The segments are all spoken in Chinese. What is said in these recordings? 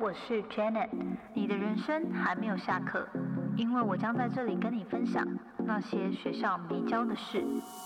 我是 Janet， 你的人生还没有下课，因为我将在这里跟你分享那些学校没教的事。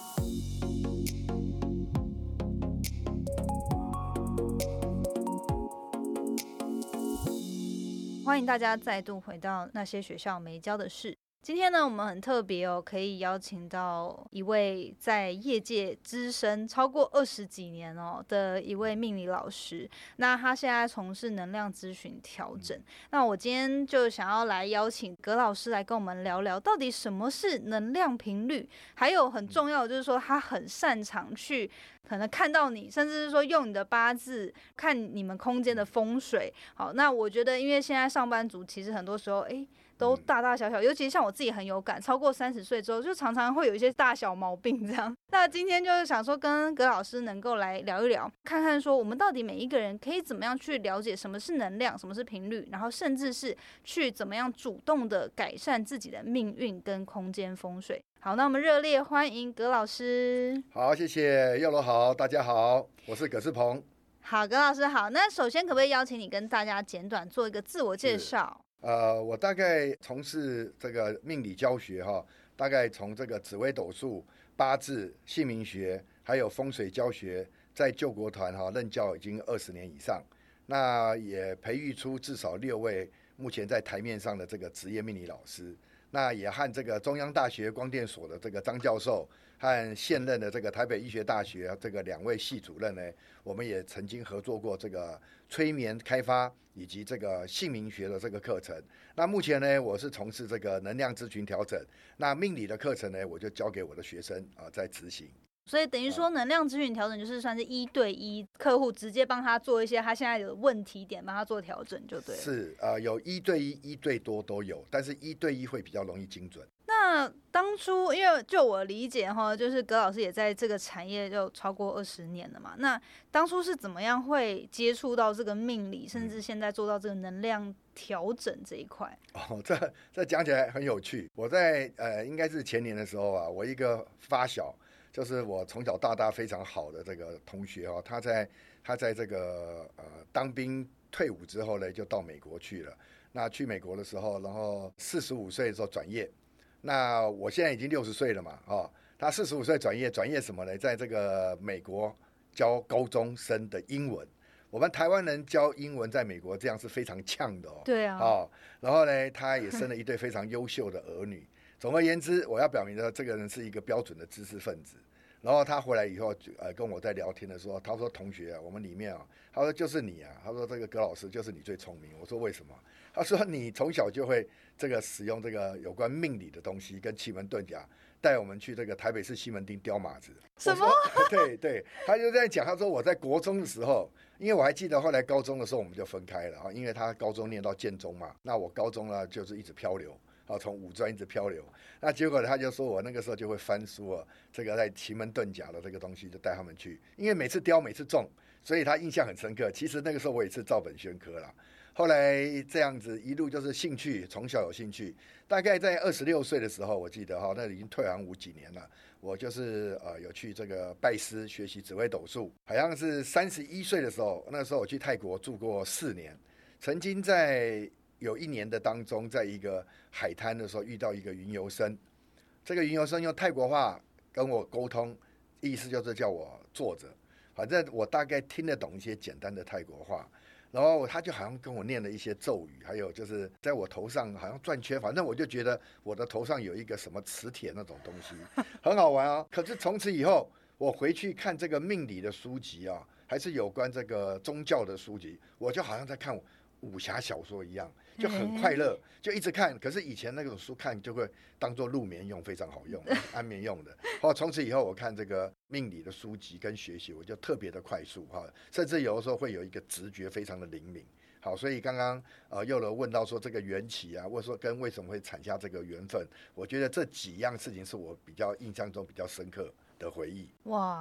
欢迎大家再度回到那些学校没教的事。今天呢，我们很特别哦，可以邀请到一位在业界资深超过20几年哦的一位命理老师。那他现在从事能量咨询调整。那我今天就想要来邀请葛老师来跟我们聊聊，到底什么是能量频率，还有很重要的就是说，他很擅长去可能看到你，甚至是说用你的八字看你们空间的风水。好，那我觉得，因为现在上班族其实很多时候，都大大小小，尤其是像我自己很有感，超过30岁之后，就常常会有一些大小毛病这样。那今天就是想说，跟葛老师能够来聊一聊，看看说我们到底每一个人可以怎么样去了解什么是能量，什么是频率，然后甚至是去怎么样主动的改善自己的命运跟空间风水。好，那我们热烈欢迎葛老师。 好，谢谢佑罗好，大家好，我是葛世鹏。 好，葛老师好。那首先可不可以邀请你跟大家简短做一个自我介绍？ 我大概从事这个命理教学哈，大概从这个紫微斗数、八字、姓名学，还有风水教学，在救国团任教已经20年以上。那也培育出至少6位目前在台面上的这个职业命理老师。那也和这个中央大学光电所的这个张教授和现任的这个台北医学大学这个2位系主任呢，我们也曾经合作过这个催眠开发以及这个姓名学的这个课程。那目前呢，我是从事这个能量咨询调整，那命理的课程呢，我就交给我的学生在执行。 所以等于说，能量咨询调整就是算是1对1，客户直接帮他做一些他现在有问题点，帮他做调整就对了。 是有1对1、1对多都有，但是1对1会比较容易精准。 那当初因为就我理解哈，就是葛老师也在这个产业就超过20年了嘛。那当初是怎么样会接触到这个命理，甚至现在做到这个能量调整这一块？ 这讲起来很有趣。我在应该是前年的时候啊，我一个发小。就是我从小到大非常好的这个同学哦，他在这个当兵退伍之后呢，就到美国去了。那去美国的时候，然后45岁的时候转业。那我现在已经60岁了嘛，他45岁转业什么呢？在这个美国教高中生的英文。我们台湾人教英文在美国这样是非常呛的哦。 对啊。 然后呢，他也生了一对非常优秀的儿女。总而言之，我要表明的，这个人是一个标准的知识分子。然后他回来以后，跟我在聊天的时候，他说：“同学啊，我们里面啊，他说就是你啊，他说这个葛老师就是你最聪明。”我说：“为什么？”他说：“你从小就会这个使用这个有关命理的东西，跟奇门遁甲，带我们去这个台北市西门町雕马子。” 什么？ 对，他就在讲，他说我在国中的时候，因为我还记得后来高中的时候我们就分开了，因为他高中念到建中嘛，那我高中呢就是一直漂流。从五专一直漂流，那结果他就说我那个时候就会翻书这个在奇门遁甲的这个东西就带他们去，因为每次雕每次中，所以他印象很深刻。其实那个时候我也是照本宣科啦。后来这样子一路就是兴趣，从小有兴趣，大概在26岁的时候，我记得那已经退行5几年了，我就是有去这个拜师学习紫微斗数，好像是31岁的时候，那个时候我去泰国住过4年，曾经在有1年的当中，在一个海滩的时候遇到一个云游僧，这个云游僧用泰国话跟我沟通，意思就是叫我坐着，反正我大概听得懂一些简单的泰国话，然后他就好像跟我念了一些咒语，还有就是在我头上好像转圈，反正我就觉得我的头上有一个什么磁铁那种东西，很好玩啊。可是从此以后，我回去看这个命理的书籍啊，还是有关这个宗教的书籍，我就好像在看武侠小说一样，就很快乐，就一直看。可是以前那种书看就会当做入眠用，非常好用，安眠用的。从此以后我看这个命理的书籍跟学习，我就特别的快速，甚至有的时候会有一个直觉非常的灵敏。好，所以刚刚又有问到说这个缘起啊，或者说跟为什么会产下这个缘分，我觉得这几样事情是我比较印象中比较深刻的回忆。 哇，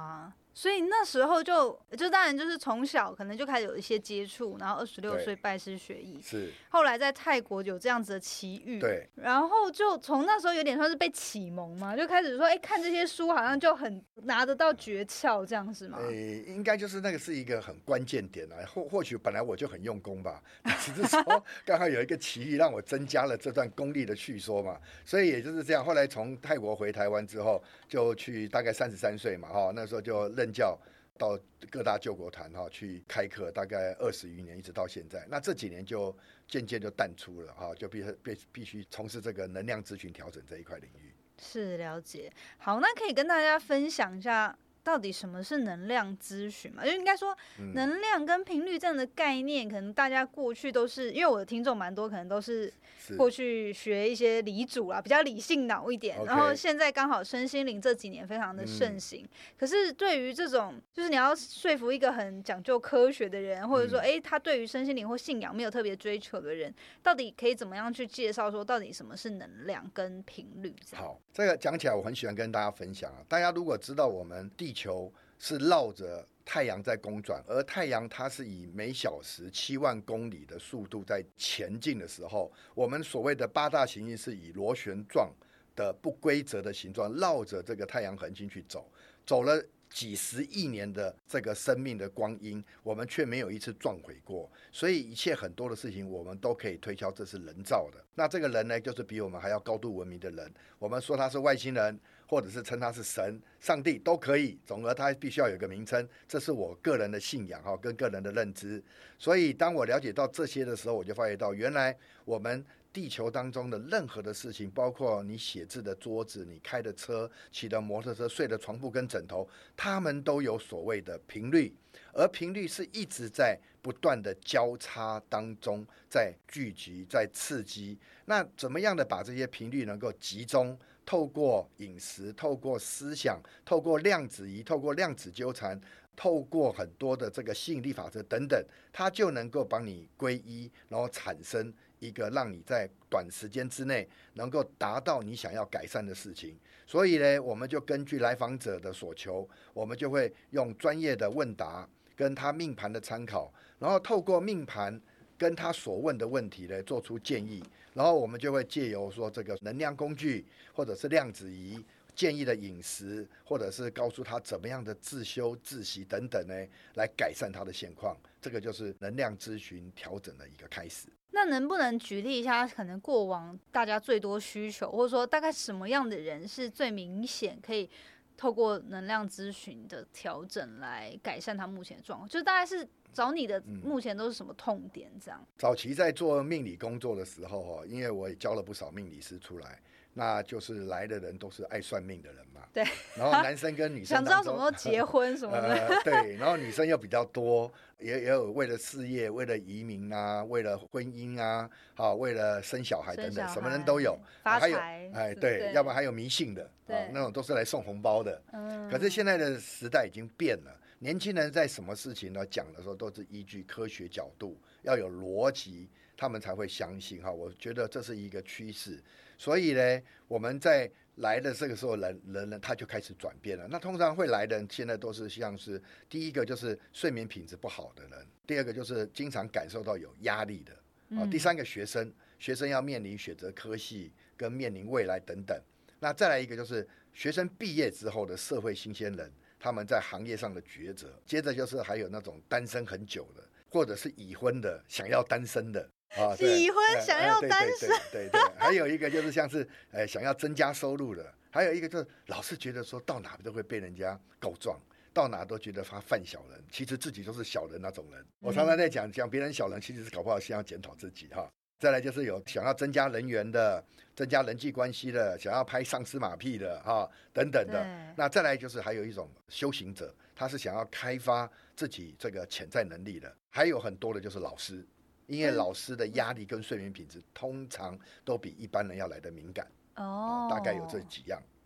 所以那时候就当然就是从小可能就开始有一些接触，然后26岁拜师学艺， 是后来在泰国有这样子的奇遇， 对， 然后就从那时候有点算是被启蒙嘛，就开始说，看这些书好像就很拿得到诀窍，这样是吗？ 应该就是那个是一个很关键点啊，或许本来我就很用功吧，只是说刚好有一个奇遇让我增加了这段功力的叙说嘛，所以也就是这样。后来从泰国回台湾之后，就去大概33岁嘛，那时候就任教到各大救国团去开课，大概20余年，一直到现在。那这几年就渐渐就淡出了就必须从事这个能量咨询调整这一块领域。 是，了解。好，那可以跟大家分享一下到底什么是能量咨询嘛？就应该说能量跟频率这样的概念，可能大家过去都是，因为我的听众蛮多，可能都是过去学一些理组啦，比较理性脑一点，然后现在刚好身心灵这几年非常的盛行。可是对于这种就是你要说服一个很讲究科学的人，或者说他对于身心灵或信仰没有特别追求的人，到底可以怎么样去介绍说到底什么是能量跟频率？ 好，这个讲起来我很喜欢跟大家分享大家如果知道我们地球是绕着太阳在公转，而太阳它是以每小时7万公里的速度在前进的时候，我们所谓的8大行星是以螺旋状的不规则的形状绕着这个太阳恒星去走了几十亿年的这个生命的光阴，我们却没有一次撞毁过。所以一切很多的事情我们都可以推敲这是人造的。那这个人呢，就是比我们还要高度文明的人，我们说他是外星人，或者是称他是神、上帝都可以，总而他必须要有一个名称。这是我个人的信仰跟个人的认知。所以当我了解到这些的时候，我就发觉到原来我们地球当中的任何的事情，包括你写字的桌子、你开的车、骑的摩托车、睡的床铺跟枕头，它们都有所谓的频率，而频率是一直在不断的交叉当中，在聚集、在刺激。那怎么样的把这些频率能够集中，透过饮食、透过思想、透过量子仪、透过量子纠缠，透过很多的这个吸引力法则等等，它就能够帮你归一，然后产生一个让你在短时间之内能够达到你想要改善的事情。所以呢，我们就根据来访者的所求，我们就会用专业的问答跟他命盘的参考，然后透过命盘跟他所问的问题呢做出建议，然后我们就会借由说这个能量工具或者是量子仪建议的饮食，或者是告诉他怎么样的自修自习等等呢，来改善他的现况。这个就是能量咨询调整的一个开始。 那能不能举例一下，可能过往大家最多需求，或者说大概什么样的人是最明显可以透过能量咨询的调整来改善他目前的状况？就大概是找你的目前都是什么痛点这样？ 早期在做命理工作的时候因为我也教了不少命理师出来，那就是来的人都是爱算命的人嘛。 对。 然后男生跟女生想知道什么时候结婚什么的。 对，然后女生又比较多，也有为了事业、为了移民啊、为了婚姻啊、为了生小孩等等，什么人都有。 发财。 还有对，要不然还有迷信的那种都是来送红包的。可是现在的时代已经变了。年轻人在什么事情呢讲的时候都是依据科学角度，要有逻辑，他们才会相信我觉得这是一个趋势。所以呢，我们在来的这个时候人他就开始转变了。那通常会来的人现在都是像是第一个就是睡眠品质不好的人，第二个就是经常感受到有压力的第三个学生要面临选择科系跟面临未来等等。那再来一个就是学生毕业之后的社会新鲜人，他们在行业上的抉择。接着就是还有那种单身很久的，或者是已婚的想要单身的已婚想要单身， 对，还有一个就是像是想要增加收入的，还有一个就是老是觉得说到哪都会被人家告状，到哪都觉得他犯小人，其实自己都是小人那种人。我常常在讲别人小人，其实是搞不好先要检讨自己再来就是有想要增加人员的、增加人际关系的、想要拍上司马屁的等等的。那再来就是还有一种修行者，他是想要开发自己这个潜在能力的。还有很多的就是老师，因为老师的压力跟睡眠品质通常都比一般人要来的敏感大概有这几样。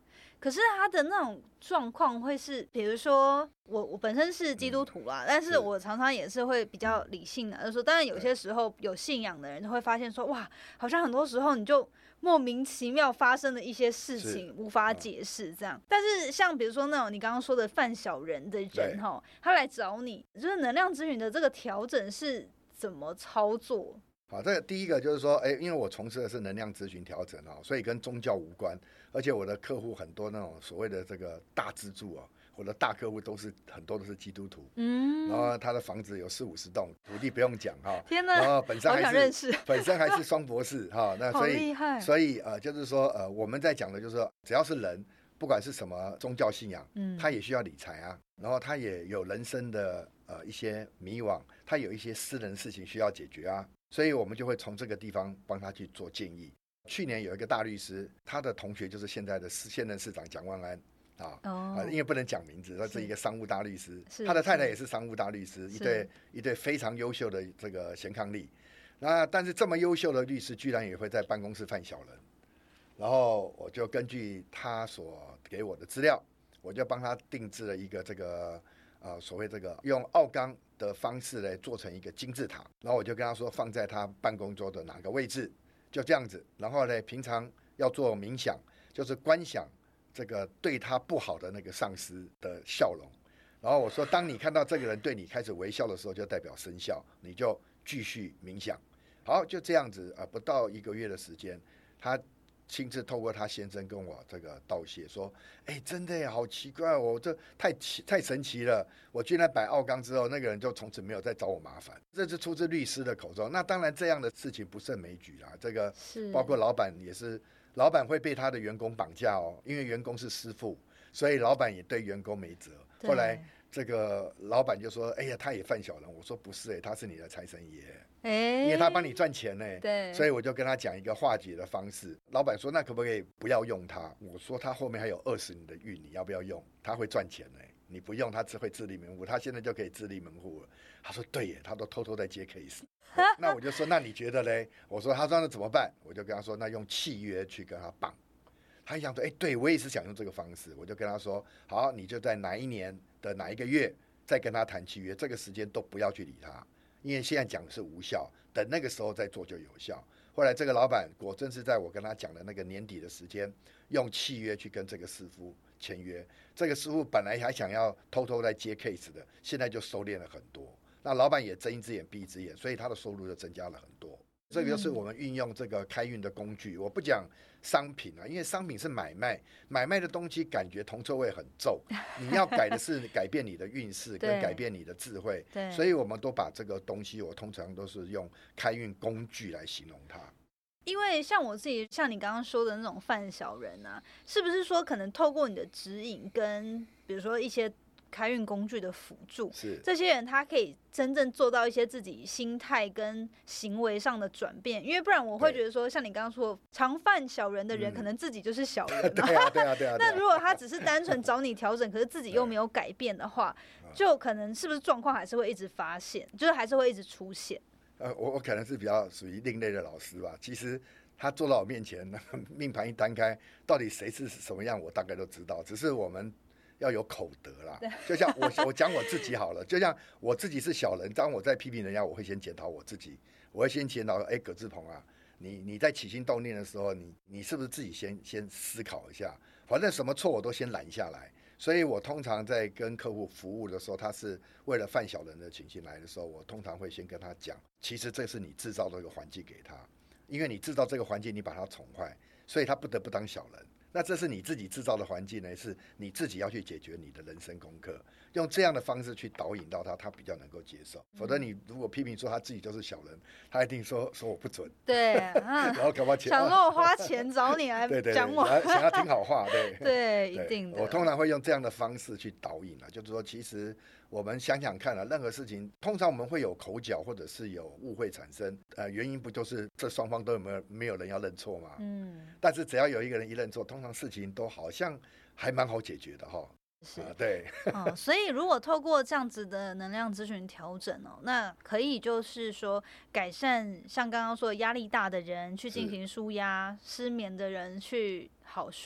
可是他的那种状况会是，比如说我本身是基督徒啦，但是我常常也是会比较理性的，就是说，当然有些时候有信仰的人就会发现说，哇，好像很多时候你就莫名其妙发生的一些事情无法解释这样。但是像比如说那种你刚刚说的犯小人的人哈，他来找你，就是能量咨询的这个调整是怎么操作？ 好，这个第一个就是说，因为我从事的是能量咨询调整啊，所以跟宗教无关，而且我的客户很多那种所谓的这个大支柱啊，我的大客户很多都是基督徒，然后他的房子有40-50栋，土地不用讲哈， 天哪， 然后本身好想认识， 本身还是双博士哈，那好厉害， 所以就是说我们在讲的就是说，只要是人，不管是什么宗教信仰，他也需要理财啊，然后他也有人生的一些迷惘，他有一些私人事情需要解决啊。所以我们就会从这个地方帮他去做建议。去年有一个大律师，他的同学就是现在的现任市长蒋万安因为不能讲名字，他是一个商务大律师，他的太太也是商务大律师，一对非常优秀的这个贤伉俪。但是这么优秀的律师居然也会在办公室犯小人，然后我就根据他所给我的资料，我就帮他定制了一个这个所谓这个用奥钢的方式来做成一个金字塔，然后我就跟他说放在他办公桌的哪个位置，就这样子。然后呢，平常要做冥想，就是观想这个对他不好的那个上司的笑容。然后我说，当你看到这个人对你开始微笑的时候，就代表生效，你就继续冥想。好，就这样子不到1个月的时间，他亲自透过他先生跟我这个道谢说，真的耶，好奇怪哦，这太神奇了，我居然摆奥钢之后，那个人就从此没有再找我麻烦。这是出自律师的口中。那当然这样的事情不胜枚举啦，这个包括老板也是，老板会被他的员工绑架哦，因为员工是师傅，所以老板也对员工没辙。后来这个老板就说，哎呀，他也犯小人。我说不是，他是你的财神爷，因为他帮你赚钱呢。 对， 所以我就跟他讲一个化解的方式。老板说，那可不可以不要用他？我说他后面还有20年的运，你要不要用？他会赚钱呢，你不用他只会自立门户，他现在就可以自立门户了。他说对耶，他都偷偷在接 case。那我就说，那你觉得嘞？我说他说那怎么办？我就跟他说，那用契约去跟他绑。他想说，对，我也是想用这个方式。我就跟他说，好，你就在哪一年的哪一个月再跟他谈契约，这个时间都不要去理他，因为现在讲的是无效，等那个时候再做就有效。后来这个老板果真是在我跟他讲的那个年底的时间，用契约去跟这个师傅签约。这个师傅本来还想要偷偷在接 case 的，现在就收敛了很多。那老板也睁一只眼闭一只眼，所以他的收入就增加了很多。这个就是我们运用这个开运的工具。我不讲商品因为商品是买卖，买卖的东西感觉铜臭味很重，你要改的是改变你的运势跟改变你的智慧。所以我们都把这个东西，我通常都是用开运工具来形容它。 因为像我自己，像你刚刚说的那种犯小人啊，是不是说可能透过你的指引跟比如说一些开运工具的辅助，这些人他可以真正做到一些自己心态跟行为上的转变，因为不然我会觉得说，像你刚刚说常犯小人的人，可能自己就是小人对啊。 那如果他只是单纯找你调整，可是自己又没有改变的话，就可能是不是状况还是会一直发现，就是还是会一直出现。 我可能是比较属于另类的老师吧。其实他坐到我面前，命盘一摊开，到底谁是什么样，我大概都知道。只是我们要有口德啦，就像我讲我自己好了，就像我自己是小人，当我在批评人家，我会先检讨我自己，我会先检讨，葛志鹏啊，你在起心动念的时候，你是不是自己先思考一下？反正什么错我都先拦下来。所以我通常在跟客户服务的时候，他是为了犯小人的情形来的时候，我通常会先跟他讲，其实这是你制造的一个环境给他，因为你制造这个环境，你把他宠坏，所以他不得不当小人。那这是你自己制造的环境呢，是你自己要去解决你的人生功课，用这样的方式去导引到他比较能够接受。否则你如果批评说他自己就是小人，他一定说我不准。 对， 然后搞不好想说我花钱找你来讲我， 想要听好话， 对，一定的。 我通常会用这样的方式去导引就是说，其实我们想想看任何事情，通常我们会有口角或者是有误会产生，原因不就是这双方都没有人要认错吗？但是只要有一个人一认错，通常事情都好像还蛮好解决的是对所以如果透过这样子的能量咨询调整那可以就是说改善像刚刚说的压力大的人去进行舒压，失眠的人去好睡，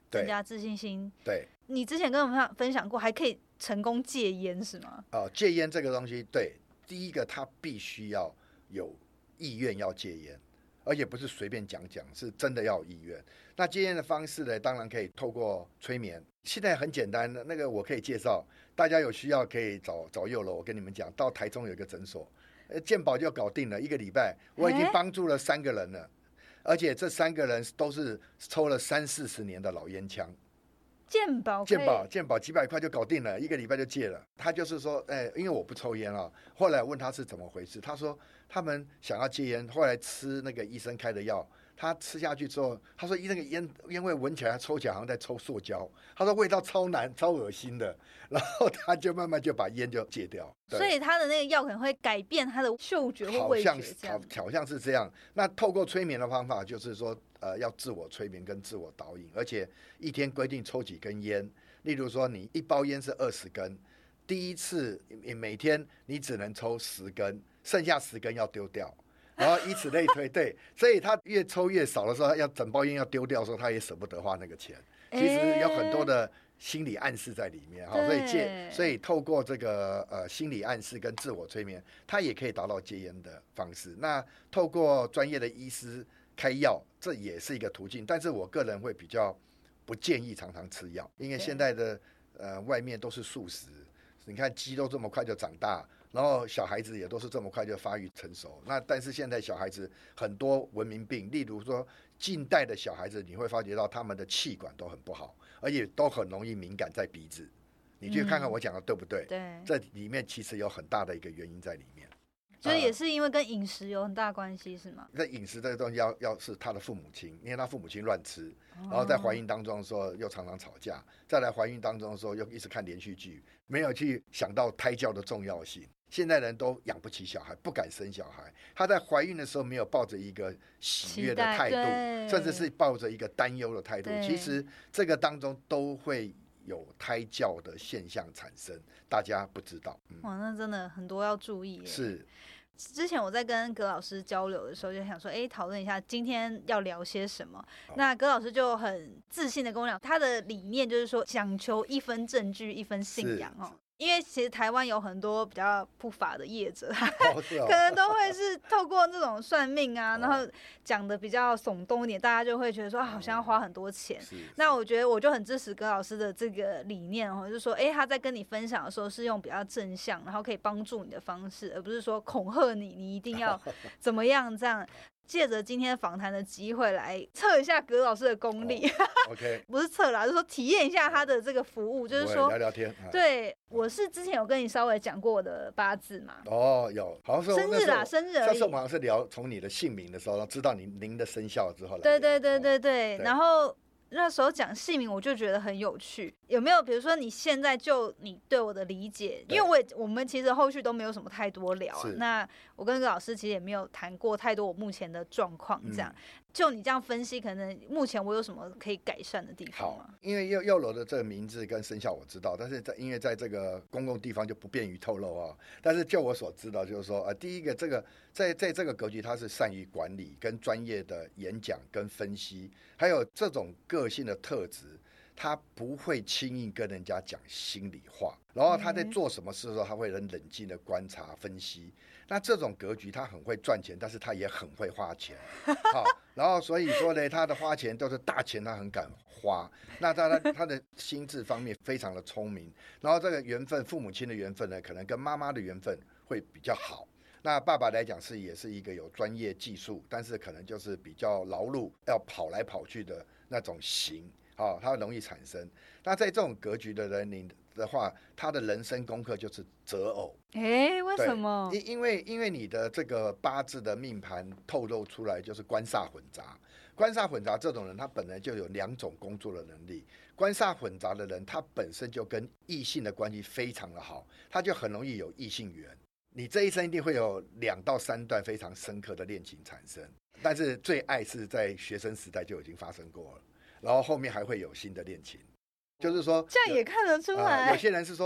增加自信心。 对， 你之前跟我们分享过，还可以成功戒烟是吗？ 戒烟这个东西，对，第一个他必须要有意愿要戒烟，而且不是随便讲讲，是真的要有意愿。那戒烟的方式呢，当然可以透过催眠。现在很简单的，那个我可以介绍，大家有需要可以找佑楼。我跟你们讲，到台中有一个诊所，健保就搞定了，1个礼拜，我已经帮助了3个人了，而且这3个人都是抽了30-40年的老烟枪。 健保几百块就搞定了，1个礼拜就戒了。他就是说，因为我不抽烟啊。后来问他是怎么回事，他说他们想要戒烟，后来吃那个医生开的药，他吃下去之后，他说那个烟味闻起来，抽起来好像在抽塑胶，他说味道超难、超恶心的，然后他就慢慢就把烟就戒掉。 所以他的那个药可能会改变他的嗅觉或味觉， 好像是这样。那透过催眠的方法，就是说要自我催眠跟自我导引，而且一天规定抽几根烟。例如说，你1包烟是20根，第一次每天你只能抽10根，剩下10根要丢掉。然后以此类推，对，所以他越抽越少的时候，要整包烟要丢掉的时候，他也舍不得花那个钱。其实有很多的心理暗示在里面，所以透过这个心理暗示跟自我催眠，他也可以达到戒烟的方式。那透过专业的医师开药，这也是一个途径，但是我个人会比较不建议常常吃药，因为现在的外面都是素食，你看鸡都这么快就长大，然后小孩子也都是这么快就发育成熟。那但是现在小孩子很多文明病，例如说近代的小孩子，你会发觉到他们的气管都很不好，而且都很容易敏感在鼻子。你去看看我讲的对不对？ 对， 这里面其实有很大的一个原因在里面。 所以也是因为跟饮食有很大关系，是吗？ 这饮食这个东西要是他的父母亲，因为他父母亲乱吃，然后在怀孕当中的时候又常常吵架，再来怀孕当中的时候又一直看连续剧，没有去想到胎教的重要性。现在人都养不起小孩，不敢生小孩。他在怀孕的时候没有抱着一个喜悦的态度，甚至是抱着一个担忧的态度。其实这个当中都会有胎教的现象产生，大家不知道。 哇，那真的很多要注意耶。 是。 之前我在跟葛老师交流的时候，就想说，讨论一下今天要聊些什么。那葛老师就很自信的跟我讲，他的理念就是说，讲求1分证据，1分信仰哦。因为其实台湾有很多比较不法的业者，可能都会是透过那种算命啊，然后讲的比较耸动一点，大家就会觉得说好像要花很多钱。那我觉得我就很支持葛老师的这个理念哦，就是说，他在跟你分享的时候是用比较正向，然后可以帮助你的方式，而不是说恐吓你，你一定要怎么样这样。借着今天访谈的机会来测一下葛老师的功力 ，OK， 不是测啦，就是说体验一下他的这个服务，就是说聊聊天。 对，我是之前有跟你稍微讲过我的8字嘛。 有，好像是生日啦，生日而已。 上次我们好像是聊从你的姓名的时候，知道您的生肖之后。 对，然后那时候讲姓名，我就觉得很有趣。有没有比如说你现在就你对我的理解，因为我们其实后续都没有什么太多聊啊。那我跟葛老师其实也没有谈过太多我目前的状况，这样。就你这样分析，可能目前我有什么可以改善的地方吗？ 好，因为佑楼的这个名字跟生肖我知道，但是因为在这个公共地方就不便于透露啊。但是就我所知道，就是说第一个这个在这个格局，他是善于管理跟专业的演讲跟分析，还有这种个性的特质。他不会轻易跟人家讲心里话，然后他在做什么事的时候，他会很冷静的观察分析。那这种格局，他很会赚钱，但是他也很会花钱。好，然后所以说呢，他的花钱都是大钱，他很敢花。那他的心智方面非常的聪明，然后这个缘分，父母亲的缘分呢，可能跟妈妈的缘分会比较好。那爸爸来讲也是一个有专业技术，但是可能就是比较劳碌，要跑来跑去的那种型。它容易产生。那在这种格局的人你的话，他的人生功课就是择偶。 为什么？ 因为你的这个八字的命盘透露出来就是官煞混杂。官煞混杂这种人，他本来就有2种工作的能力。官煞混杂的人，他本身就跟异性的关系非常的好，他就很容易有异性缘。你这一生一定会有2到3段非常深刻的恋情产生，但是最爱是在学生时代就已经发生过了。然后后面还会有新的恋情，就是说这样也看得出来。 有些人是说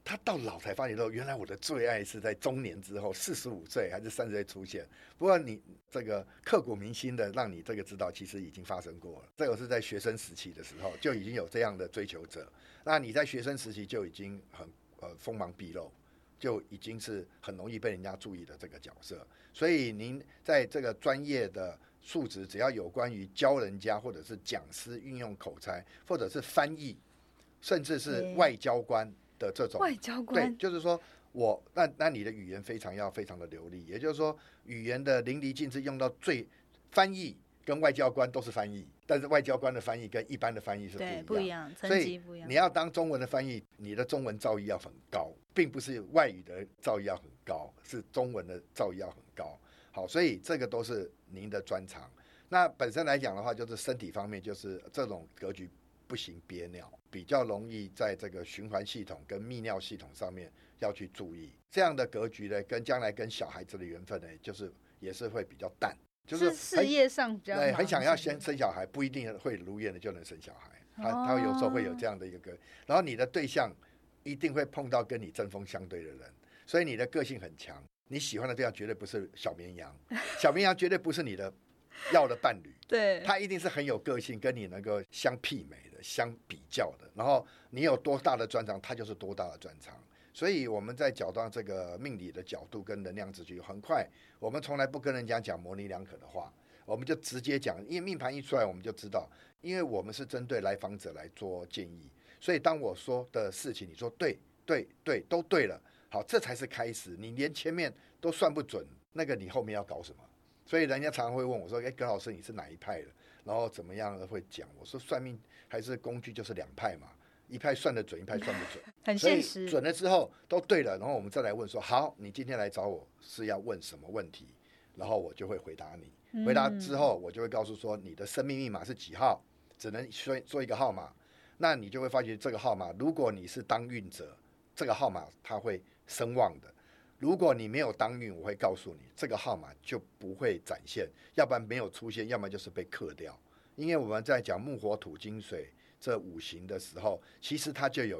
他到老才发现说，原来我的最爱是在中年之后，45岁还是30岁出现。不过你这个刻骨铭心的，让你这个知道，其实已经发生过了。这个是在学生时期的时候就已经有这样的追求者。那你在学生时期就已经很锋芒毕露，就已经是很容易被人家注意的这个角色。所以您在这个专业的素质，只要有关于教人家，或者是讲师运用口才，或者是翻译，甚至是外交官的这种外交官， 对，就是说那你的语言要非常的流利，也就是说语言的淋漓尽致用到最，翻译跟外交官都是翻译，但是外交官的翻译跟一般的翻译是不一样， 层级不一样。 所以你要当中文的翻译，你的中文造诣要很高，并不是外语的造诣要很高，是中文的造诣要很高。好，所以这个都是您的专长。那本身来讲的话，就是身体方面，就是这种格局不行憋尿，比较容易在这个循环系统跟泌尿系统上面要去注意。这样的格局呢，跟将来跟小孩子的缘分呢，就是也是会比较淡，就是事业上比较很想要先生小孩，不一定会如愿的就能生小孩。他有时候会有这样的一个然后你的对象一定会碰到跟你针锋相对的人，所以你的个性很强。你喜欢的对象绝对不是小绵羊，小绵羊绝对不是你的要的伴侣， 对， 他一定是很有个性，跟你能够相媲美的、相比较的。然后你有多大的专长，他就是多大的专长。所以我们在讲到这个命理的角度跟能量之距，很快我们从来不跟人家讲模棱两可的话，我们就直接讲，因为命盘一出来我们就知道，因为我们是针对来访者来做建议，所以当我说的事情，你说对对对都对了，好，这才是开始。你连前面都算不准，那个你后面要搞什么？所以人家常常会问我说：“葛老师，你是哪一派的？然后怎么样会讲？”我说：“算命还是工具，就是两派嘛，一派算得准，一派算不准， 很现实。 准了之后都对了，然后我们再来问说：好，你今天来找我是要问什么问题？然后我就会回答你。回答之后，我就会告诉说你的生命密码是几号，只能说一个号码。那你就会发觉这个号码，如果你是当运者，这个号码它会声旺的。”如果你没有当运，我会告诉你这个号码就不会展现，要不然没有出现，要么就是被克掉。因为我们在讲木火土金水这五行的时候，其实它就有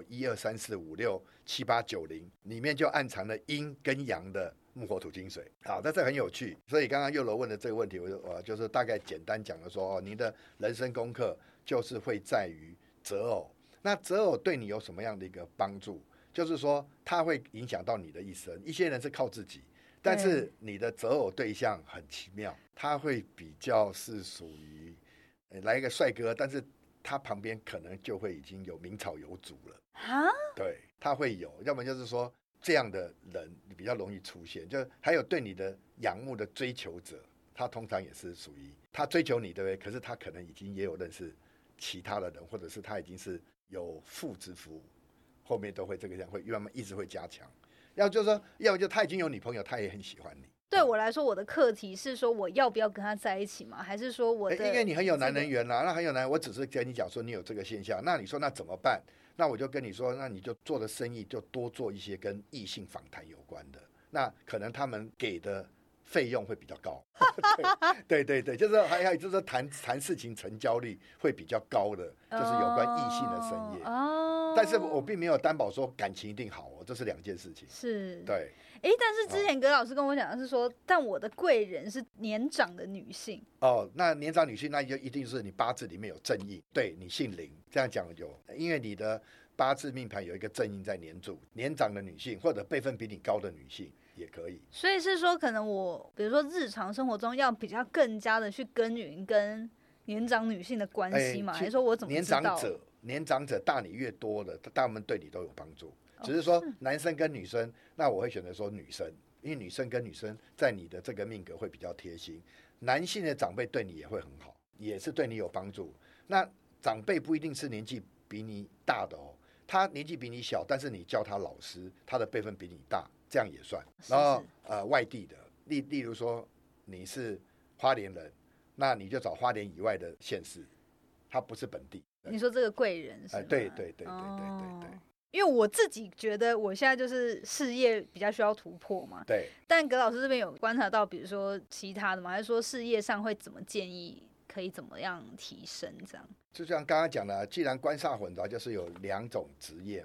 1、2、3、4、5、6、7、8、9、0，里面就暗藏了阴跟阳的木火土金水。好，但是很有趣。所以刚刚佑柔问的这个问题，我就是大概简单讲了说，您的人生功课就是会在于择偶。那择偶对你有什么样的一个帮助？就是说它会影响到你的一生。一些人是靠自己，但是你的择偶对象很奇妙，他会比较是属于来一个帅哥，但是他旁边可能就会已经有名草有主了啊。对，他会有，要么就是说这样的人比较容易出现。就还有对你的仰慕的追求者，他通常也是属于他追求你，对不对？可是他可能已经也有认识其他的人，或者是他已经是有妇之夫，后面都会这个样，会慢慢一直会加强。要就是说，要不就他已经有女朋友，他也很喜欢你。 对我来说，我的课题是说我要不要跟他在一起吗？还是说我的因为你很有男人缘啦，那很有男人，我只是跟你讲说你有这个现象，那你说那怎么办？那我就跟你说，那你就做的生意就多做一些跟异性访谈有关的，那可能他们给的费用会比较高。对对对，就是还有就是谈事情成交率会比较高的，就是有关异性的生意。但是我并没有担保说感情一定好哦，这是两件事情。 是， 对。 但是之前葛老师跟我讲的是说，但我的贵人是年长的女性。 哦，那年长女性那就一定是你八字里面有正印，对，你姓林，这样讲有，因为你的八字命盘有一个正印在年柱，年长的女性或者辈分比你高的女性也可以。 所以是说，可能我比如说日常生活中要比较更加的去耕耘跟年长女性的关系嘛？还是说我怎么知道？ 年长者大你越多的，他们对你都有帮助。只是说男生跟女生，那我会选择说女生，因为女生跟女生在你的这个命格会比较贴心。男性的长辈对你也会很好，也是对你有帮助。那长辈不一定是年纪比你大的哦，他年纪比你小，但是你叫他老师，他的辈分比你大，这样也算。然后外地的，例如说你是花莲人，那你就找花莲以外的县市，他不是本地。 你说这个贵人是吗？ 对对对对对对对。 因为我自己觉得我现在就是事业比较需要突破嘛， 对。 但葛老师这边有观察到，比如说其他的吗？还是说事业上会怎么建议，可以怎么样提升这样？ 就像刚刚讲的，既然官煞混杂，就是有两种职业嘛，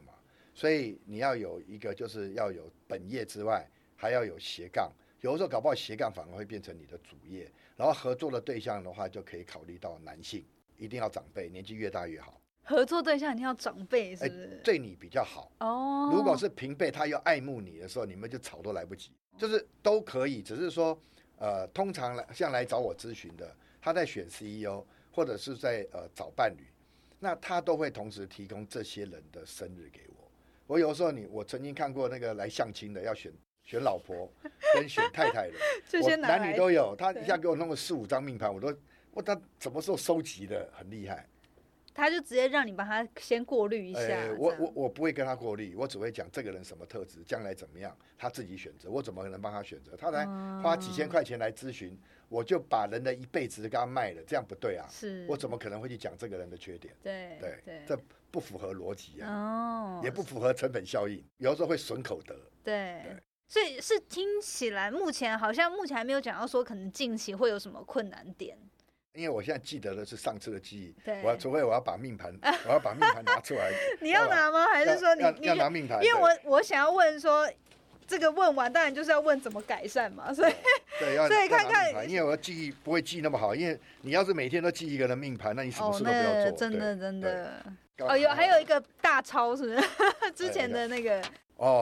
所以你要有一个就是要有本业之外，还要有斜杠。有的时候搞不好斜杠反而会变成你的主业，然后合作的对象的话就可以考虑到男性，一定要长辈，年纪越大越好。 合作对象一定要长辈，是不是？ 对你比较好哦。如果是平辈，他又爱慕你的时候，你们就吵都来不及。就是都可以，只是说通常像来找我咨询的，他在选 CEO 或者是在找伴侣，那他都会同时提供这些人的生日给我。我有时候我曾经看过那个来相亲的，要选老婆跟选太太的，我男女都有。他一下给我弄了4-5张命盘，他什么时候收集的，很厉害。 他就直接让你帮他先过滤一下。 我不会跟他过滤，我只会讲这个人什么特质，将来怎么样，他自己选择。我怎么可能帮他选择？他才花几千块钱来咨询，我就把人的一辈子给他卖了，这样不对啊！ 是， 我怎么可能会去讲这个人的缺点？ 对， 这不符合逻辑啊，也不符合成本效应，有时候会损口德。 对，所以是听起来目前还没有讲到说可能近期会有什么困难点。 因为我现在记得的是上次的记忆，除非我要把命盘拿出来。 你要拿吗？还是说你要拿命盘？ 因为我想要问说，这个问完当然就是要问怎么改善嘛，所以所以看看， 因为我记忆不会记那么好，因为你要是每天都记一个人命盘，那你什么事都不要做。 真的。还有一个大钞是不是？之前的那个。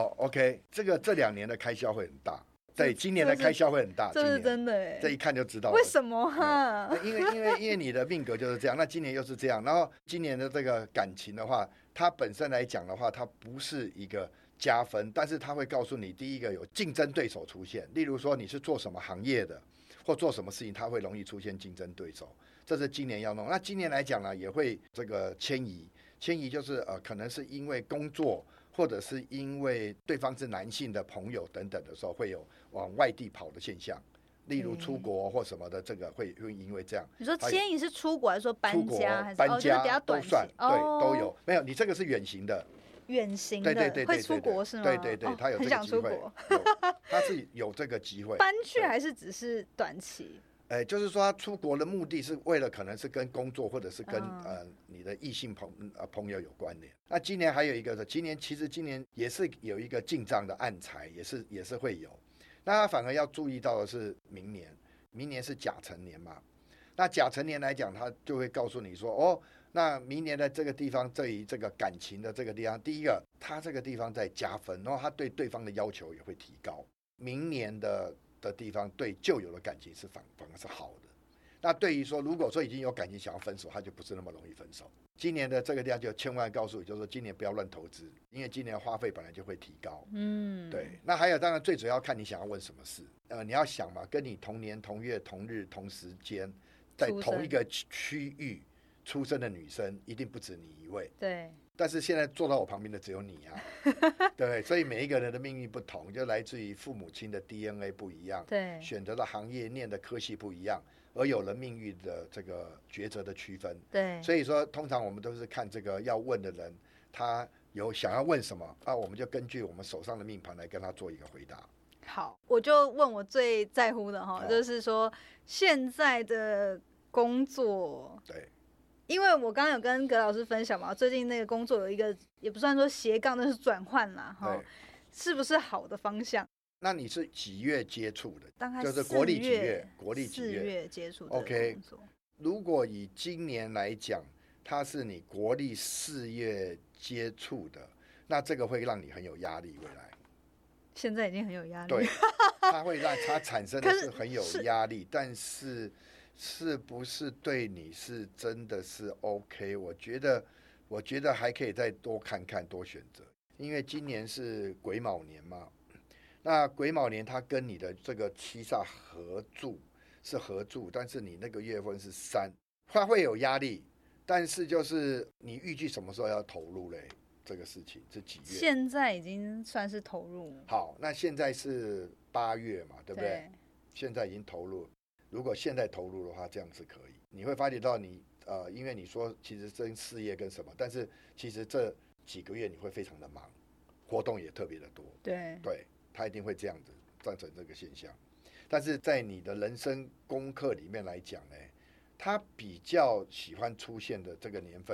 OK， 这2年的开销会很大。对，今年的开销会很大， 这是真的哎， 这一看就知道了。 为什么哈？ 因为你的命格就是这样，那今年又是这样，然后今年的这个感情的话，它本身来讲的话，它不是一个加分，但是它会告诉你，第一个有竞争对手出现，例如说你是做什么行业的，或做什么事情，它会容易出现竞争对手，这是今年要弄。那今年来讲呢，也会这个迁移就是可能是因为工作。或者是因为对方是男性的朋友等等的时候，会有往外地跑的现象，例如出国或什么的，这个会因为这样。 你说迁移是出国还是说搬家？还是搬家比较短都算，对，都有。没有，你这个是远行的。 远行的， 对， 会出国是吗？ 对，他有这个机会，他是有这个机会。 搬去还是只是短期？ 就是说他出国的目的是为了可能是跟工作或者是跟你的异性朋友有关联。那今年还有一个，今年也是有一个进账的暗财，也是会有。那他反而要注意到的是明年是甲辰年嘛。那甲辰年来讲，他就会告诉你说，那明年的这个地方对于这个感情的这个地方，第一个他这个地方在加分，然后他对对方的要求也会提高。明年的地方对旧有的感情是反而是好的。那对于说如果说已经有感情想要分手，他就不是那么容易分手。今年的这个地方就千万告诉你，就是说今年不要乱投资，因为今年花费本来就会提高。对。那还有当然最主要看你想要问什么事。你要想嘛，跟你同年同月同日同时间在同一个区域出生的女生一定不止你一位。 对。 但是现在坐到我旁边的只有你啊，对，所以每一个人的命运不同，就来自于父母亲的 DNA 不一样， 对， 选择的行业、念的科系不一样，而有了命运的这个抉择的区分。 对， 所以说通常我们都是看这个要问的人，他有想要问什么啊，我们就根据我们手上的命盘来跟他做一个回答。 好，我就问我最在乎的哈，就是说现在的工作， 对。 因为我刚刚有跟葛老师分享嘛，最近那个工作有一个也不算说斜杠，但是转换啦，是不是好的方向？ 那你是几月接触的？ 大概就是国历几月 ？4月接触的工作。 OK， 如果以今年来讲，它是你国历4月接触的，那这个会让你很有压力。未来现在已经很有压力， 对，它会让它产生的是很有压力，但是。是不是对你是真的是 OK？ 我觉得还可以再多看看，多选择，因为今年是癸卯年嘛。那癸卯年它跟你的这个七煞合住，但是你那个月份是3，它会有压力，但是就是你预计什么时候要投入嘞？这个事情是几月？ 现在已经算是投入。 好，那现在是8月嘛，对不对？现在已经投入。如果现在投入的话，这样是可以。你会发觉到你因为你说其实跟事业跟什么，但是其实这几个月你会非常的忙，活动也特别的多。 对， 他一定会这样子造成这个现象。但是在你的人生功课里面来讲呢，他比较喜欢出现的这个年份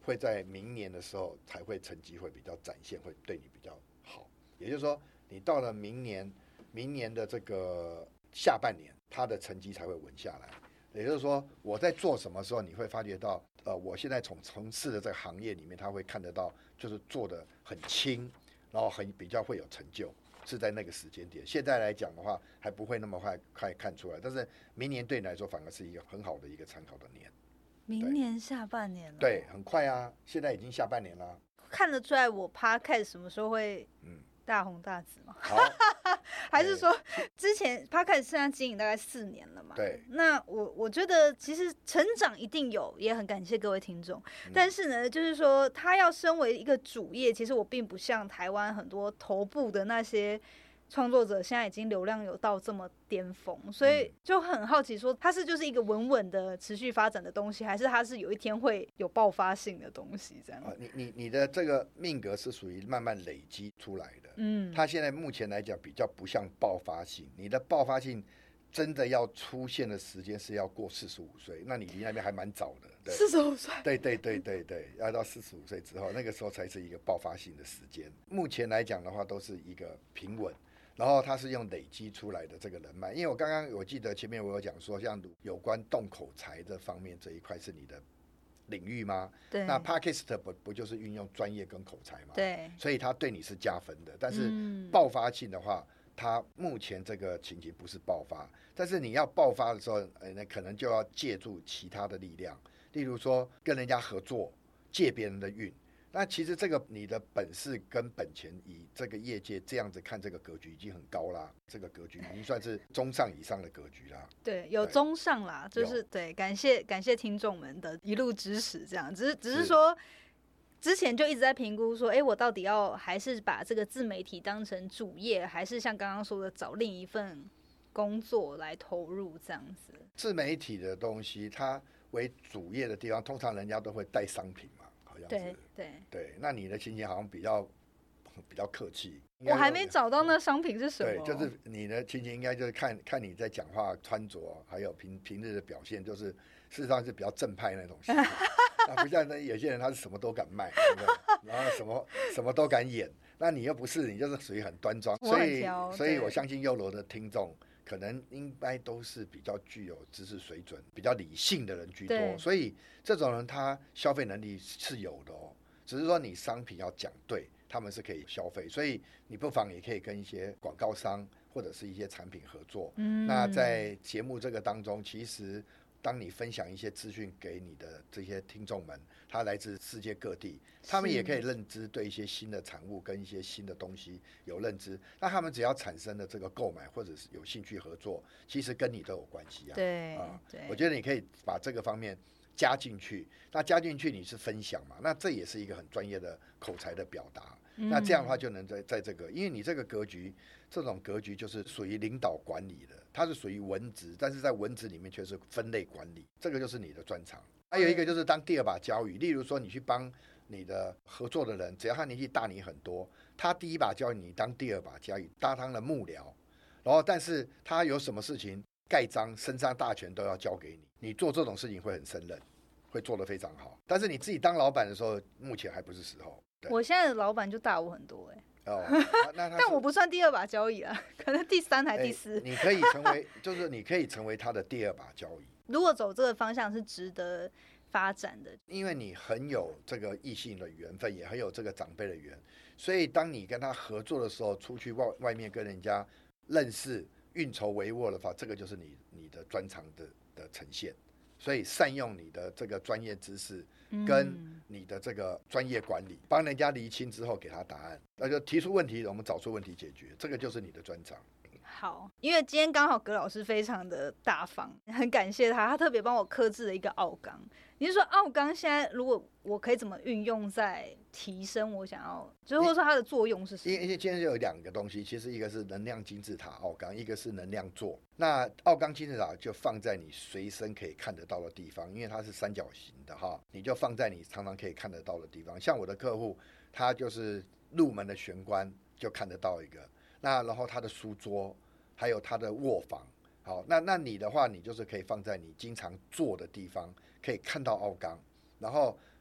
会在明年的时候才会成绩会比较展现，会对你比较好。也就是说，你到了明年的这个下半年，他的成绩才会稳下来。也就是说，我在做什么时候，你会发觉到，我现在从事的这个行业里面，他会看得到，就是做得很轻，然后比较会有成就，是在那个时间点。现在来讲的话，还不会那么快看出来，但是明年对你来说，反而是一个很好的一个参考的年。 明年下半年了， 对，很快啊，现在已经下半年了。 看得出来我 Podcast 什么时候会大红大紫吗？ 好， 还是说之前 Podcast 现在经营大概4年了嘛？ 对。 那我觉得其实成长一定有，也很感谢各位听众。但是呢，就是说他要身为一个主业，其实我并不像台湾很多头部的那些创作者，现在已经流量有到这么巅峰，所以就很好奇说，它是就是一个稳稳的持续发展的东西，还是它是有一天会有爆发性的东西？这样你的这个命格是属于慢慢累积出来的，它现在目前来讲比较不像爆发性，你的爆发性真的要出现的时间是要过45岁，那你离那边还蛮早的。 45岁， 对，要到45岁之后，那个时候才是一个爆发性的时间。目前来讲的话，都是一个平稳。然后它是用累积出来的这个人脉，因为我记得前面我有讲说，像有关动口才这方面这一块是你的领域吗？ 对。 那 Podcast 不就是运用专业跟口才吗？ 对。 所以它对你是加分的。但是爆发性的话，它目前这个情形不是爆发，但是你要爆发的时候，那可能就要借助其他的力量，例如说跟人家合作，借别人的运。那其实这个你的本事跟本钱，以这个业界这样子看，这个格局已经很高啦，这个格局已经算是中上以上的格局啦。 对，有中上啦，就是对，感谢听众们的一路支持，这样只是说之前就一直在评估说，我到底要还是把这个自媒体当成主业，还是像刚刚说的找另一份工作来投入这样子。 自媒体的东西，它为主业的地方，通常人家都会带商品嘛。对，那你的情形好像比较客气。 我还没找到那商品是什么。 对，就是你的情形应该就是看你在讲话、穿着，还有平日的表现，就是事实上是比较正派那种型。不像有些人他是什么都敢卖，对不对？然后什么都敢演，那你又不是，你就是属于很端庄。所以我相信佑罗的听众可能应该都是比较具有知识水准、比较理性的人居多，所以这种人他消费能力是有的哦，只是说你商品要讲对，他们是可以消费，所以你不妨也可以跟一些广告商或者是一些产品合作。那在节目这个当中，其实当你分享一些资讯给你的这些听众们，他来自世界各地，他们也可以认知，对一些新的产物跟一些新的东西有认知。那他们只要产生了这个购买或者是有兴趣合作，其实跟你都有关系啊。 对， 我觉得你可以把这个方面加进去。那加进去你是分享嘛？那这也是一个很专业的口才的表达。那这样的话就能在这个，因为你这个格局，这种格局就是属于领导管理的，它是属于文职，但是在文职里面却是分类管理，这个就是你的专长。还有一个就是当第二把交椅，例如说你去帮你的合作的人，只要他年纪大你很多，他第一把交椅，你当第二把交椅，搭他的幕僚，然后但是他有什么事情盖章身上大权都要交给你，你做这种事情会很胜任，会做得非常好。但是你自己当老板的时候，目前还不是时候。 我现在的老板就大我很多但我不算第二把交椅啊，可能第3还第4。 你可以成为，就是你可以成为他的第二把交椅。 如果走这个方向是值得发展的， 因为你很有这个异性的缘分，也很有这个长辈的缘，所以当你跟他合作的时候，出去外面跟人家认识、运筹帷幄的话，这个就是你的专长的呈现。所以善用你的这个专业知识跟你的这个专业管理，帮人家厘清之后给他答案，那就提出问题，我们找出问题解决，这个就是你的专长。 好，因为今天刚好葛老师非常的大方，很感谢他特别帮我客制了一个奥纲。你是说奥纲现在如果我可以怎么运用在提升我想要，就是或者说它的作用是什么？因为今天就有2个东西，其实一个是能量金字塔奥纲，一个是能量座。那奥纲金字塔就放在你随身可以看得到的地方，因为它是三角形的哈，你就放在你常常可以看得到的地方。像我的客户，他就是入门的玄关就看得到一个，那然后他的书桌，还有他的卧房。好，那你的话，你就是可以放在你经常坐的地方，可以看到奥纲，然后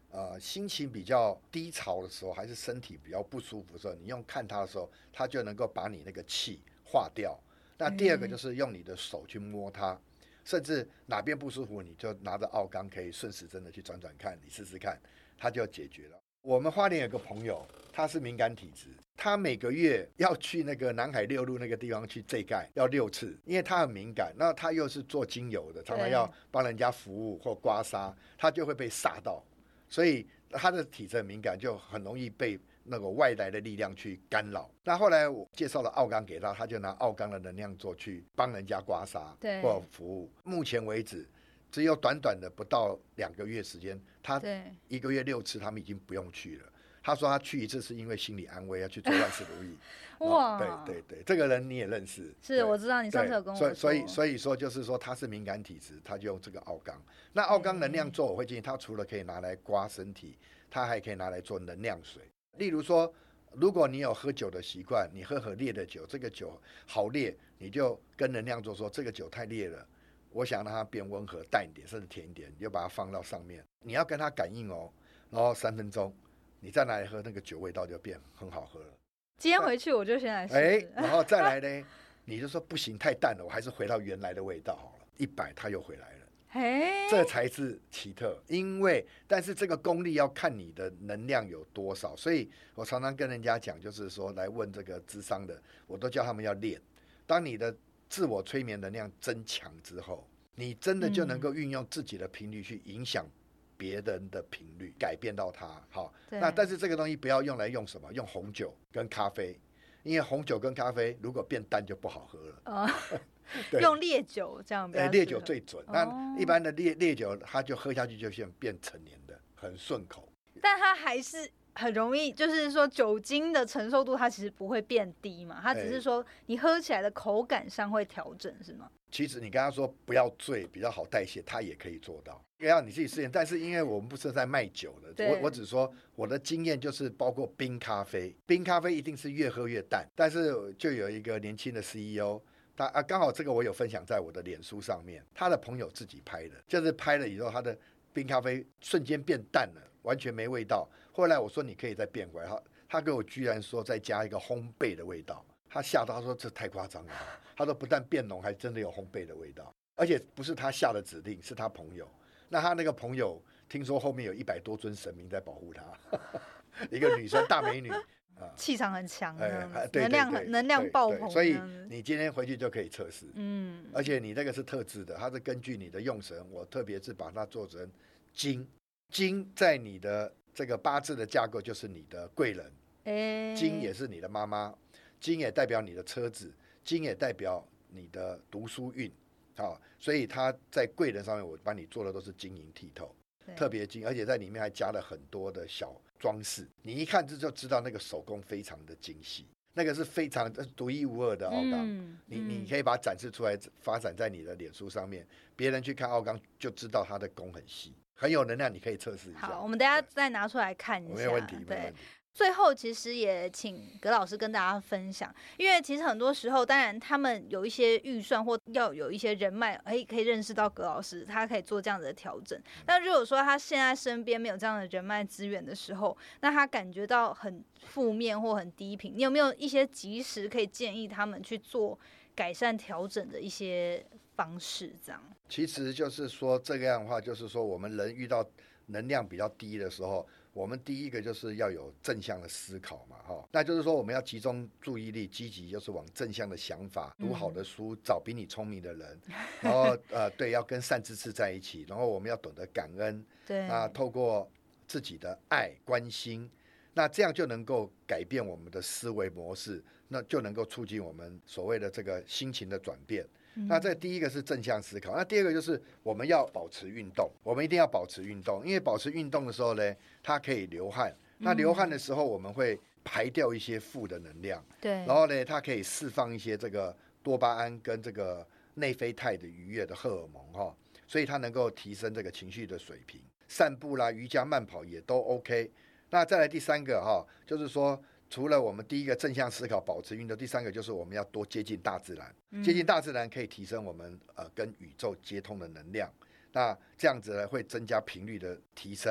心情比较低潮的时候，还是身体比较不舒服的时候，你用看它的时候，它就能够把你那个气化掉。那第二个就是用你的手去摸它，甚至哪边不舒服，你就拿着奥刚可以顺时针的去转转看，你试试看，它就解决了。我们花莲有个朋友，他是敏感体质，他每个月要去那个南海6路那个地方去祭盖，要6次，因为他很敏感，那他又是做精油的，常常要帮人家服务或刮痧，他就会被煞到，所以他的体质很敏感，就很容易被那个外来的力量去干扰。那后来我介绍了奥刚给他，他就拿奥刚的能量做去帮人家刮痧或服务。目前为止只有短短的不到2个月时间，他1个月6次，他们已经不用去了。他说他去1次是因为心理安慰，要去做万事如意。哇，对，这个人你也认识？ 是，我知道，你上次有跟我说。 所以说就是说他是敏感体质，他就用这个奥刚。那奥刚能量做，我会建议他除了可以拿来刮身体，他还可以拿来做能量水。例如说，如果你有喝酒的习惯，你喝烈的酒，这个酒好烈，你就跟能量做说这个酒太烈了，我想让它变温和淡一点，甚至甜一点，你就把它放到上面，你要跟它感应哦，然后3分钟你再拿来喝，那个酒味道就变很好喝了。 今天回去我就先来试然后再来呢你就说不行太淡了，我还是回到原来的味道好了，100它又回来了。这才是奇特，但是这个功力要看你的能量有多少，所以我常常跟人家讲，就是说来问这个諮商的，我都叫他们要练。当你的自我催眠能量增强之后，你真的就能够运用自己的频率去影响别人的频率，改变到它。好，那但是这个东西不要用来用什么，用红酒跟咖啡，因为红酒跟咖啡如果变淡就不好喝了。 用烈酒这样比较适合。 烈酒最准。那一般的烈酒，它就喝下去就变成年的，很顺口。 但它还是很容易，就是说酒精的承受度它其实不会变低嘛，它只是说你喝起来的口感上会调整，是吗？ 其实你跟他说不要醉，比较好代谢，他也可以做到。要你自己试验，但是因为我们不是在卖酒的，我只说我的经验就是包括冰咖啡，冰咖啡一定是越喝越淡。但是就有一个年轻的 CEO。他刚好这个我有分享在我的脸书上面，他的朋友自己拍的，就是拍了以后他的冰咖啡瞬间变淡了，完全没味道。后来我说你可以再变回来，他给我居然说再加一个烘焙的味道，他吓到，他说这太夸张了，他说不但变浓，还真的有烘焙的味道，而且不是他下的指令，是他朋友。那他那个朋友听说后面有100多尊神明在保护他，一个女生大美女。 气场很强， 能量爆棚， 所以你今天回去就可以测试。而且你那个是特制的，它是根据你的用神，我特别是把它做成金在你的这个八字的架构就是你的贵人，金也是你的妈妈，金也代表你的车子，金也代表你的读书运。所以它在贵人上面我帮你做的都是晶莹剔透，特别金，而且在里面还加了很多的小装饰，你一看就知道那个手工非常的精细，那个是非常独一无二的奥刚。你可以把它展示出来，发展在你的脸书上面，别人去看奥刚就知道它的工很细，很有能量，你可以测试一下。 好，我们等一下再拿出来看一下。 没有问题，没有问题。 最后其实也请葛老师跟大家分享，因为其实很多时候当然他们有一些预算或要有一些人脉，可以认识到葛老师，他可以做这样子的调整。但如果说他现在身边没有这样的人脉资源的时候，那他感觉到很负面或很低频，你有没有一些及时可以建议他们去做改善调整的一些方式？这样其实就是说这样的话，就是说我们人遇到能量比较低的时候，我们第一个就是要有正向的思考嘛，那就是说我们要集中注意力，积极就是往正向的想法，读好的书，找比你聪明的人，然后对，要跟善知识在一起，然后我们要懂得感恩， 对， 透过自己的爱关心，那这样就能够改变我们的思维模式，那就能够促进我们所谓的这个心情的转变。那这第一个是正向思考，那第二个就是我们要保持运动，我们一定要保持运动，因为保持运动的时候呢，它可以流汗，那流汗的时候我们会排掉一些负的能量， 对， 然后呢，它可以释放一些这个多巴胺跟这个内啡肽的愉悦的荷尔蒙，所以它能够提升这个情绪的水平。散步啦、瑜伽、慢跑也都 OK。那再来第三个就是说，除了我们第一个正向思考、保持运动，第三个就是我们要多接近大自然。接近大自然可以提升我们跟宇宙接通的能量。那这样子呢，会增加频率的提升。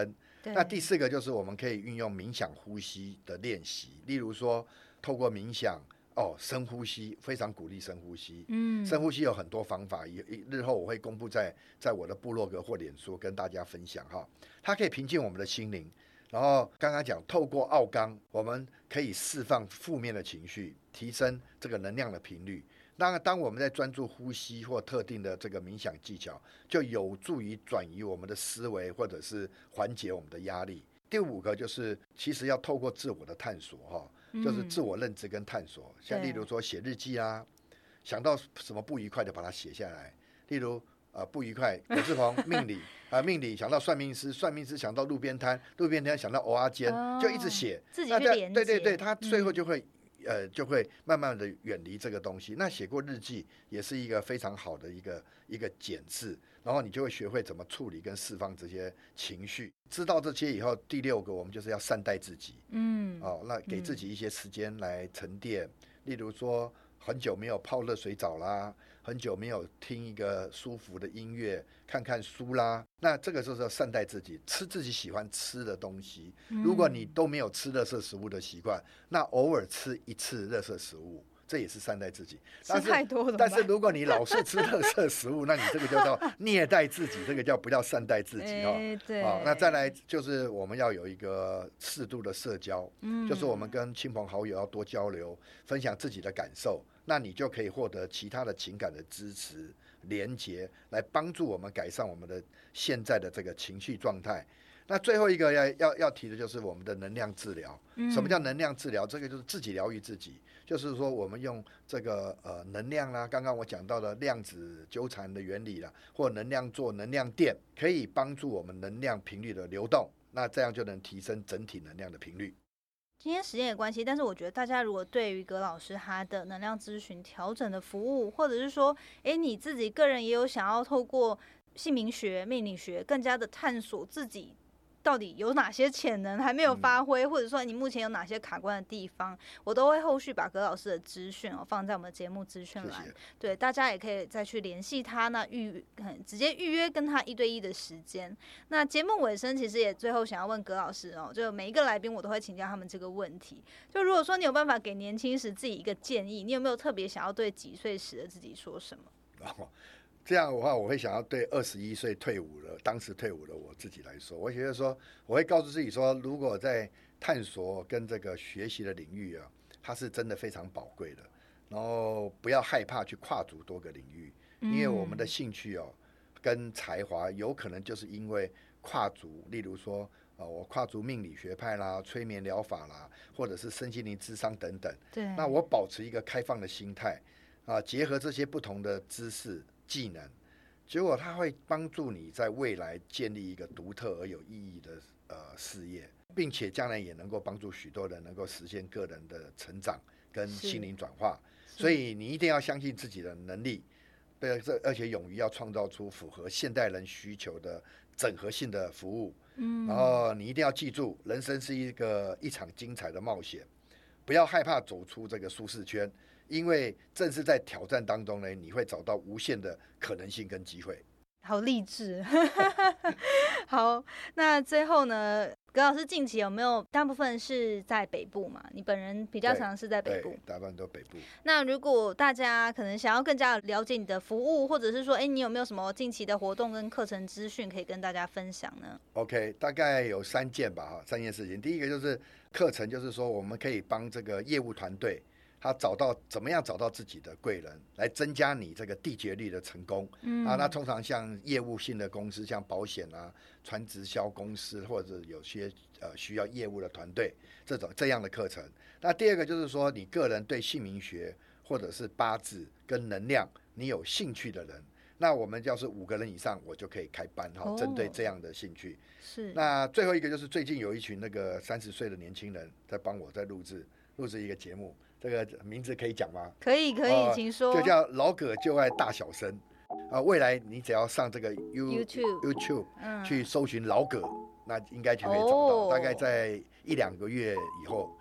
那第4个就是我们可以运用冥想呼吸的练习，例如说透过冥想深呼吸，非常鼓励深呼吸。深呼吸有很多方法，日后我会公布在我的部落格或脸书跟大家分享哈。它可以平静我们的心灵，然后刚刚讲透过奥刚，我们可以释放负面的情绪，提升这个能量的频率。当我们在专注呼吸或特定的这个冥想技巧，就有助于转移我们的思维，或者是缓解我们的压力。第5个就是其实要透过自我的探索哈，就是自我认知跟探索，像例如说写日记啊，想到什么不愉快的把它写下来，例如不愉快，葛志鹏命理命理想到算命师，算命师想到路边摊，路边摊想到蚵仔煎，就一直写， 自己去连接， 对，他最后就会慢慢的远离这个东西。那写过日记也是一个非常好的一个检视，然后你就会学会怎么处理跟释放这些情绪。知道这些以后，第6个我们就是要善待自己。那给自己一些时间来沉淀，例如说很久没有泡热水澡啦，很久没有听一个舒服的音乐，看看书啦，那这个就是要善待自己，吃自己喜欢吃的东西。如果你都没有吃垃圾食物的习惯，那偶尔吃一次垃圾食物，这也是善待自己。 吃太多了， 但是如果你老是吃垃圾食物，那你这个就叫虐待自己，这个不叫善待自己对。 那再来就是我们要有一个适度的社交，就是我们跟亲朋好友要多交流，分享自己的感受，那你就可以获得其他的情感的支持、连结，来帮助我们改善我们的现在的这个情绪状态。那最后一个要提的就是我们的能量治疗。什么叫能量治疗？这个就是自己疗愈自己，就是说我们用这个能量啦，刚刚我讲到的量子纠缠的原理啦，或能量做能量垫，可以帮助我们能量频率的流动，那这样就能提升整体能量的频率。 今天时间的关系，但是我觉得大家如果对于葛老师他的能量咨询调整的服务，或者是说你自己个人也有想要透过姓名学、命理学更加的探索自己到底有哪些潜能还没有发挥，或者说你目前有哪些卡关的地方，我都会后续把葛老师的资讯放在我们的节目资讯栏。对，大家也可以再去联系他，那直接预约跟他1对1的时间。那节目尾声其实也最后想要问葛老师就每一个来宾我都会请教他们这个问题，就如果说你有办法给年轻时自己一个建议，你有没有特别想要对几岁时的自己说什么？ 这样的话，我会想要对21岁当时退伍了我自己来说，我觉得说，我会告诉自己说，如果在探索跟这个学习的领域它是真的非常宝贵的，然后不要害怕去跨足多个领域，因为我们的兴趣跟才华有可能就是因为跨足，例如说我跨足命理学派啦、催眠疗法啦，或者是身心灵諮商等等。 对， 那我保持一个开放的心态结合这些不同的知识技能，结果它会帮助你在未来建立一个独特而有意义的事业，并且将来也能够帮助许多人能够实现个人的成长跟心灵转化。所以你一定要相信自己的能力，而且勇于要创造出符合现代人需求的整合性的服务。然后你一定要记住，人生是一场精彩的冒险，不要害怕走出这个舒适圈，因为正是在挑战当中呢，你会找到无限的可能性跟机会。 好励志。好，那最后呢，葛老师近期有没有大部分是在北部嘛？你本人比较常是在北部， 大部分都北部。 那如果大家可能想要更加了解你的服务，或者是说你有没有什么近期的活动跟课程资讯可以跟大家分享呢？ OK， 大概有3件吧，3件事情。第一个就是课程，就是说我们可以帮这个业务团队他怎么样找到自己的贵人，来增加你这个缔结率的成功。那通常像业务性的公司，像保险啊、传直销公司，或者有些需要业务的团队，这样的课程。那第二个就是说，你个人对姓名学或者是八字跟能量你有兴趣的人，那我们要是5个人以上，我就可以开班针对这样的兴趣。 是。 那最后一个就是最近有一群那个30岁的年轻人在帮我在录制一个节目。这个名字可以讲吗？ 可以，请说。 就叫老葛就爱大小声未来你只要上这个 YouTube 去搜寻老葛，那应该就可以找到。大概在1-2个月以后，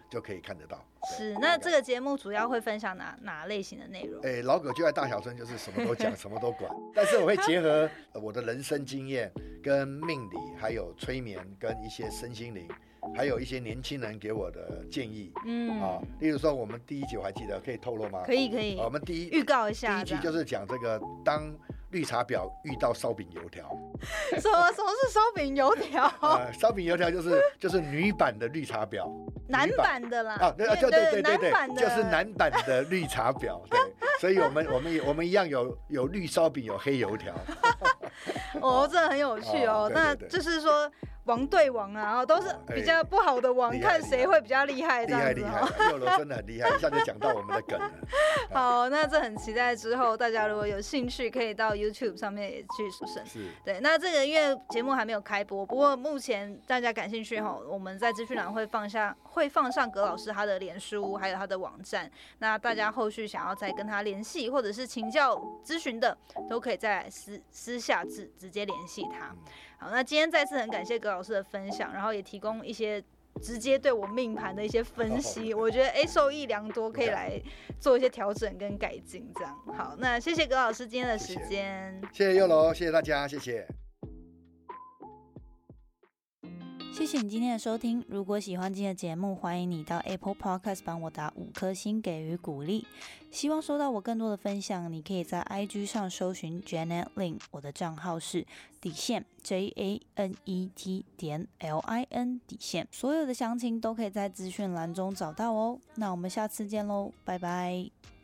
就可以看得到。 是，那这个节目主要会分享哪类型的内容？ 老葛就爱大小春，就是什么都讲，什么都管。但是我会结合我的人生经验、跟命理，还有催眠，跟一些身心灵，还有一些年轻人给我的建议。例如说我们第一集我还记得，可以透露吗？ 可以。 我们预告一下， 第一集就是讲这个当绿茶婊遇到烧饼油条。 什么是烧饼油条？ 烧饼油条就是女版的绿茶婊， 男版的啦。 对，就是男版的绿茶婊。对，所以我们一样有绿烧饼，有黑油条。 真的很有趣哦。那就是说王对王啊，都是比较不好的王，看谁会比较厉害。 厉害，6楼真的很厉害，一下就讲到我们的梗了。 好，那这很期待之后大家如果有兴趣，可以到 YouTube 上面也去搜寻。 是， 对。那这个因为节目还没有开播，不过目前大家感兴趣我们在资讯栏会放上葛老师他的脸书，还有他的网站。那大家后续想要再跟他联系，或者是请教咨询的，都可以再来私下直接联系他。好，那今天再次很感谢葛老师的分享，然后也提供一些直接对我命盘的一些分析，我觉得受益良多，可以来做一些调整跟改进。这样好，那谢谢葛老师今天的时间， 谢谢6楼，谢谢大家，谢谢。 谢谢你今天的收听，如果喜欢今天的节目，欢迎你到 Apple Podcast 帮我打5颗星给予鼓励。希望收到我更多的分享，你可以在 IG 上搜寻 Janet Lin， 我的账号是_JANET_LIN，所有的详情都可以在资讯栏中找到哦。那我们下次见喽，拜拜。